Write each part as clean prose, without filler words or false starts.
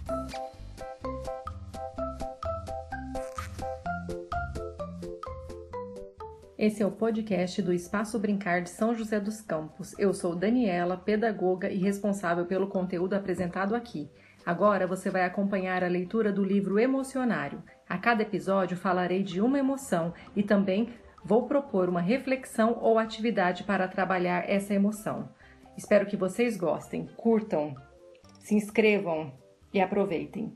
Esse é o podcast do Espaço Brincar de São José dos Campos. Eu sou Daniela, pedagoga e responsável pelo conteúdo apresentado aqui. Agora você vai acompanhar a leitura do livro Emocionário. A cada episódio falarei de uma emoção e também vou propor uma reflexão ou atividade para trabalhar essa emoção. Espero que vocês gostem, curtam, se inscrevam e aproveitem.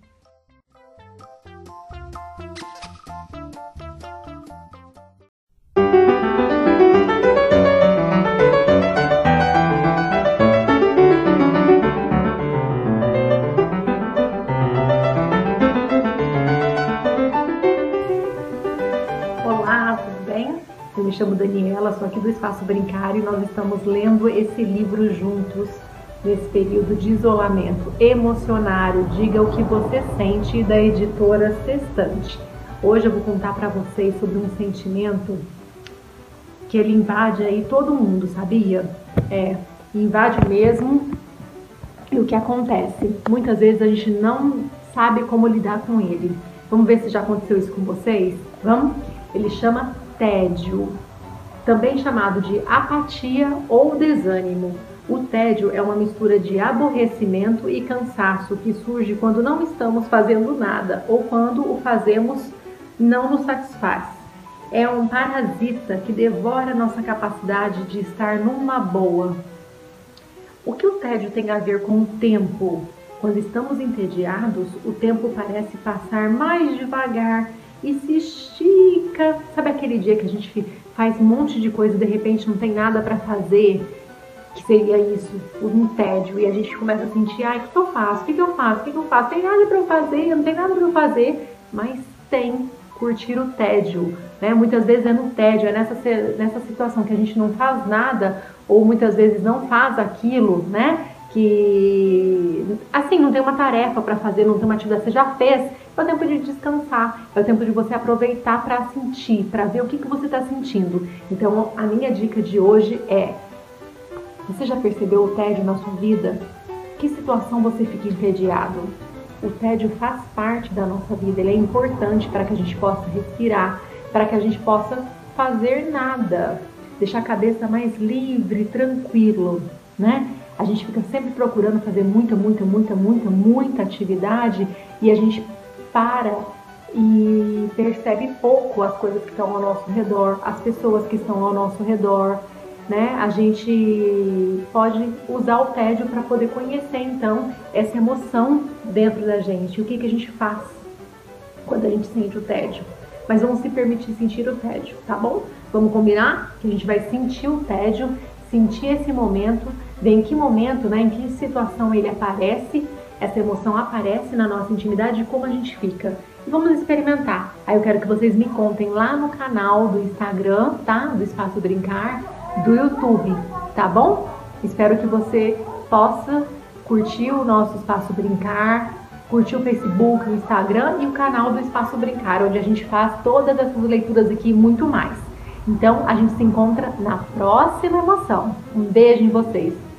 Olá, tudo bem? Eu me chamo Daniela, sou aqui do Espaço Brincar e nós estamos lendo esse livro juntos nesse período de isolamento. Emocionário, diga o que você sente, da editora Sextante. Hoje eu vou contar para vocês sobre um sentimento que ele invade aí todo mundo, sabia? Invade mesmo. E o que acontece? Muitas vezes a gente não sabe como lidar com ele. Vamos ver se já aconteceu isso com vocês? Vamos? Ele chama tédio, também chamado de apatia ou desânimo. O tédio é uma mistura de aborrecimento e cansaço que surge quando não estamos fazendo nada ou quando o fazemos não nos satisfaz. É um parasita que devora nossa capacidade de estar numa boa. O que o tédio tem a ver com o tempo? Quando estamos entediados, o tempo parece passar mais devagar e se estica. Sabe aquele dia que a gente faz um monte de coisa e de repente não tem nada para fazer? Que seria isso, um tédio. E a gente começa a sentir, o que eu faço? O que eu faço? O que eu faço? Tem nada para eu fazer, eu não tenho nada para eu fazer. Mas tem, curtir o tédio, né? Muitas vezes é no tédio, é nessa situação que a gente não faz nada ou muitas vezes não faz aquilo, né? Que, assim, não tem uma tarefa para fazer, não tem uma atividade, você já fez, é o tempo de descansar, é o tempo de você aproveitar para sentir, para ver o que você está sentindo. Então, a minha dica de hoje é, você já percebeu o tédio na sua vida? Que situação você fica entediado? O tédio faz parte da nossa vida, ele é importante para que a gente possa respirar, para que a gente possa fazer nada, deixar a cabeça mais livre, tranquilo, né? A gente fica sempre procurando fazer muita atividade e a gente para e percebe pouco as coisas que estão ao nosso redor, as pessoas que estão ao nosso redor, né? A gente pode usar o tédio para poder conhecer, então, essa emoção dentro da gente. O que a gente faz quando a gente sente o tédio? Mas vamos se permitir sentir o tédio, tá bom? Vamos combinar que a gente vai sentir o tédio, sentir esse momento, ver em que momento, né, em que situação ele aparece, essa emoção aparece na nossa intimidade e como a gente fica. E vamos experimentar. Aí eu quero que vocês me contem lá no canal do Instagram, tá? Do Espaço Brincar, do YouTube, tá bom? Espero que você possa curtir o nosso Espaço Brincar, curtir o Facebook, o Instagram e o canal do Espaço Brincar, onde a gente faz todas essas leituras aqui e muito mais. Então, a gente se encontra na próxima emoção. Um beijo em vocês!